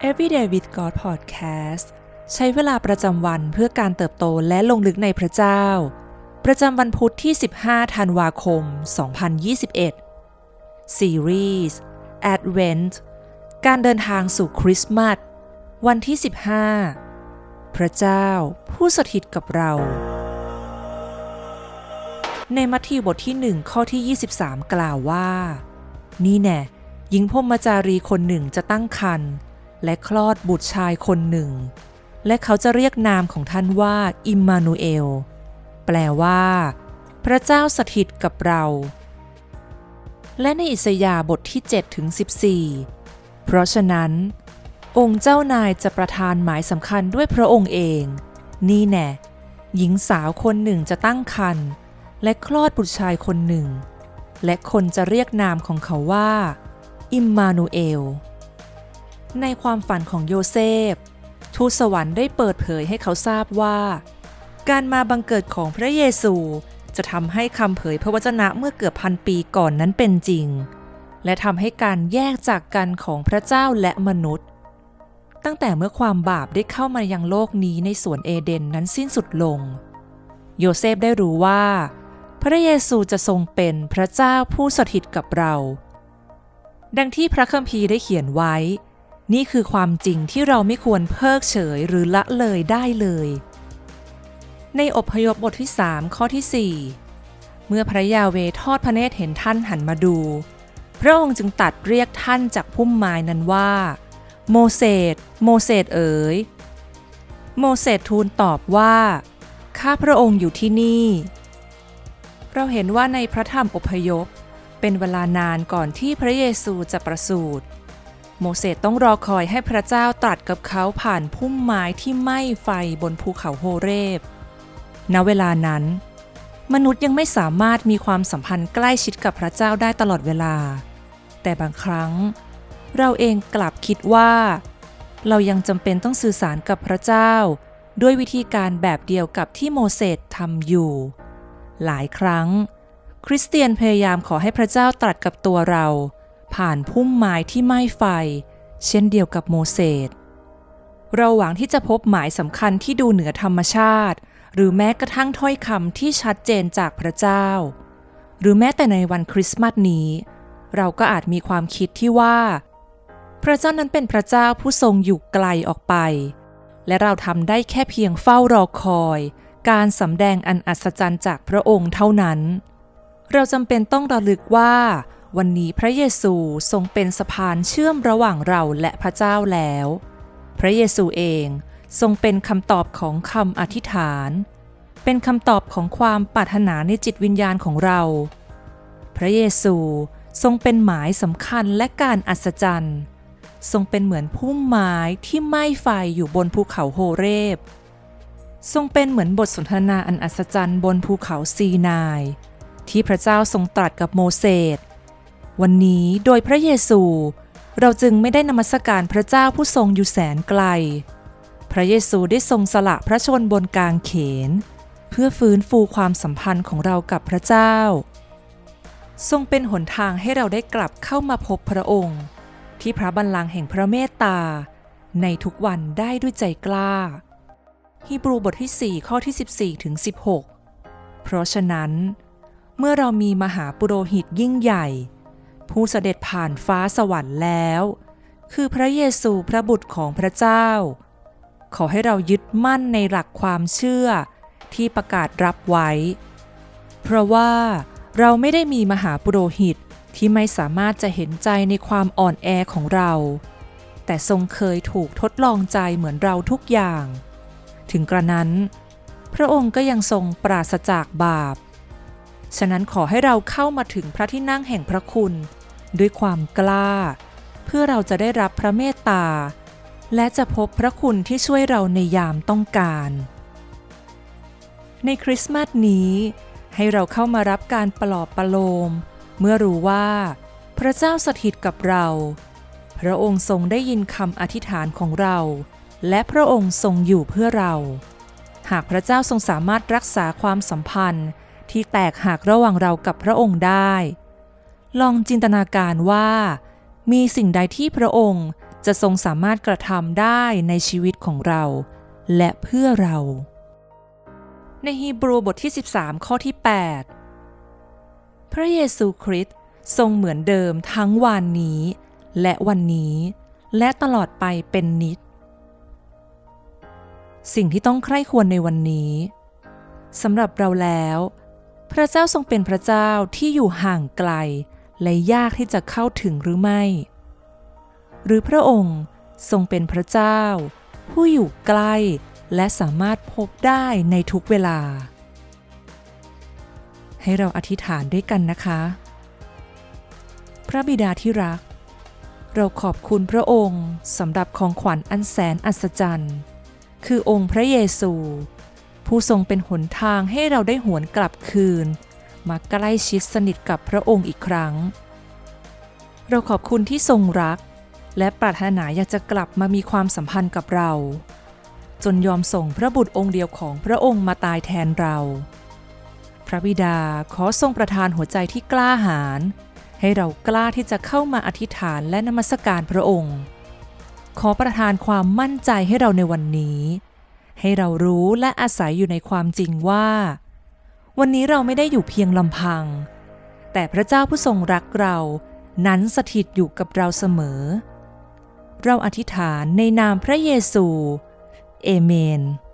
Everyday with God Podcast ใช้เวลาประจำวันเพื่อการเติบโตและลงลึกในพระเจ้าประจำวันพุธที่15ธันวาคม2021ซีรีส์ Advent การเดินทางสู่คริสต์มาสวันที่15พระเจ้าผู้สถิตกับเราในมัทธิวบทที่1ข้อที่23กล่าวว่านี่แน่หญิงพรหมจารีคนหนึ่งจะตั้งครรภ์และคลอดบุตรชายคนหนึ่งและเขาจะเรียกนามของท่านว่าอิมมานูเอลแปลว่าพระเจ้าสถิตกับเราและในอิสยาห์บทที่7ถึง14เพราะฉะนั้นองค์เจ้านายจะประทานหมายสำคัญด้วยพระองค์เองนี่แน่หญิงสาวคนหนึ่งจะตั้งครรภ์และคลอดบุตรชายคนหนึ่งและคนจะเรียกนามของเขาว่าอิมมานูเอลในความฝันของโยเซฟทูตสวรรค์ได้เปิดเผยให้เขาทราบว่าการมาบังเกิดของพระเยซูจะทำให้คำเผยพระวจนะเมื่อเกือบพันปีก่อนนั้นเป็นจริงและทำให้การแยกจากกันของพระเจ้าและมนุษย์ตั้งแต่เมื่อความบาปได้เข้ามายังโลกนี้ในสวนเอเดนนั้นสิ้นสุดลงโยเซฟได้รู้ว่าพระเยซูจะทรงเป็นพระเจ้าผู้สถิตกับเราดังที่พระคัมภีร์ได้เขียนไว้นี่คือความจริงที่เราไม่ควรเพิกเฉยหรือละเลยได้เลยในอพยพบทที่3ข้อที่4เมื่อพระยาเวห์ทอดพระเนตรเห็นท่านหันมาดูพระองค์จึงตรัสเรียกท่านจากพุ่มไม้นั้นว่าโมเสสโมเสสเอ๋ยโมเสสทูลตอบว่าข้าพระองค์อยู่ที่นี่เราเห็นว่าในพระธรรมอพยพเป็นเวลานานก่อนที่พระเยซูจะประสูติโมเสสต้องรอคอยให้พระเจ้าตรัสกับเขาผ่านพุ่มไม้ที่ไหม้ไฟบนภูเขาโฮเรบณเวลานั้นมนุษย์ยังไม่สามารถมีความสัมพันธ์ใกล้ชิดกับพระเจ้าได้ตลอดเวลาแต่บางครั้งเราเองกลับคิดว่าเรายังจำเป็นต้องสื่อสารกับพระเจ้าด้วยวิธีการแบบเดียวกับที่โมเสสทำอยู่หลายครั้งคริสเตียนพยายามขอให้พระเจ้าตรัสกับตัวเราผ่านพุ่มไม้ที่ไหม้ไฟเช่นเดียวกับโมเสสเราหวังที่จะพบหมายสำคัญที่ดูเหนือธรรมชาติหรือแม้กระทั่งถ้อยคำที่ชัดเจนจากพระเจ้าหรือแม้แต่ในวันคริสต์มาสนี้เราก็อาจมีความคิดที่ว่าพระเจ้านั้นเป็นพระเจ้าผู้ทรงอยู่ไกลออกไปและเราทำได้แค่เพียงเฝ้ารอคอยการสำแดงอันอัศจรรย์จากพระองค์เท่านั้นเราจำเป็นต้องระลึกว่าวันนี้พระเยซูทรงเป็นสะพานเชื่อมระหว่างเราและพระเจ้าแล้วพระเยซูเองทรงเป็นคำตอบของคำอธิษฐานเป็นคำตอบของความปรารถนาในจิตวิญญาณของเราพระเยซูทรงเป็นหมายสำคัญและการอัศจรรย์ทรงเป็นเหมือนพุ่มไม้ที่ไหม้ไฟอยู่บนภูเขาโฮเรบทรงเป็นเหมือนบทสนทนาอันอัศจรรย์บนภูเขาซีนายที่พระเจ้าทรงตรัสกับโมเสสวันนี้โดยพระเยซูเราจึงไม่ได้นมัสการพระเจ้าผู้ทรงอยู่แสนไกลพระเยซูได้ทรงสละพระชนบนกางเขนเพื่อฟื้นฟูความสัมพันธ์ของเรากับพระเจ้าทรงเป็นหนทางให้เราได้กลับเข้ามาพบพระองค์ที่พระบัลลังก์แห่งพระเมตตาในทุกวันได้ด้วยใจกล้าฮีบรูบทที่4ข้อที่14ถึง16เพราะฉะนั้นเมื่อเรามีมหาปุโรหิตยิ่งใหญ่ผู้เสด็จผ่านฟ้าสวรรค์แล้วคือพระเยซูพระบุตรของพระเจ้าขอให้เรายึดมั่นในหลักความเชื่อที่ประกาศรับไว้เพราะว่าเราไม่ได้มีมหาปุโรหิตที่ไม่สามารถจะเห็นใจในความอ่อนแอของเราแต่ทรงเคยถูกทดลองใจเหมือนเราทุกอย่างถึงกระนั้นพระองค์ก็ยังทรงปราศจากบาปฉะนั้นขอให้เราเข้ามาถึงพระที่นั่งแห่งพระคุณด้วยความกล้าเพื่อเราจะได้รับพระเมตตาและจะพบพระคุณที่ช่วยเราในยามต้องการในคริสต์มาสนี้ให้เราเข้ามารับการปลอบประโลมเมื่อรู้ว่าพระเจ้าสถิตกับเราพระองค์ทรงได้ยินคำอธิษฐานของเราและพระองค์ทรงอยู่เพื่อเราหากพระเจ้าทรงสามารถรักษาความสัมพันธ์ที่แตกหักระหว่างเรากับพระองค์ได้ลองจินตนาการว่ามีสิ่งใดที่พระองค์จะทรงสามารถกระทำได้ในชีวิตของเราและเพื่อเราในฮีบรูบทที่13ข้อที่8พระเยซูคริสต์ทรงเหมือนเดิมทั้งวานนี้และวันนี้และตลอดไปเป็นนิจสิ่งที่ต้องใคร่ควรในวันนี้สำหรับเราแล้วพระเจ้าทรงเป็นพระเจ้าที่อยู่ห่างไกลและยากที่จะเข้าถึงหรือไม่หรือพระองค์ทรงเป็นพระเจ้าผู้อยู่ใกล้และสามารถพบได้ในทุกเวลาให้เราอธิษฐานด้วยกันนะคะพระบิดาที่รักเราขอบคุณพระองค์สำหรับของขวัญอันแสนอัศจรรย์คือองค์พระเยซูผู้ทรงเป็นหนทางให้เราได้หวนกลับคืนมาใกล้ชิดสนิทกับพระองค์อีกครั้งเราขอบคุณที่ทรงรักและปรารถนาอยากจะกลับมามีความสัมพันธ์กับเราจนยอมส่งพระบุตรองค์เดียวของพระองค์มาตายแทนเราพระบิดาขอทรงประทานหัวใจที่กล้าหาญให้เรากล้าที่จะเข้ามาอธิษฐานและนมัสการพระองค์ขอประทานความมั่นใจให้เราในวันนี้ให้เรารู้และอาศัยอยู่ในความจริงว่าวันนี้เราไม่ได้อยู่เพียงลำพังแต่พระเจ้าผู้ทรงรักเรานั้นสถิตอยู่กับเราเสมอเราอธิษฐานในนามพระเยซูเอเมน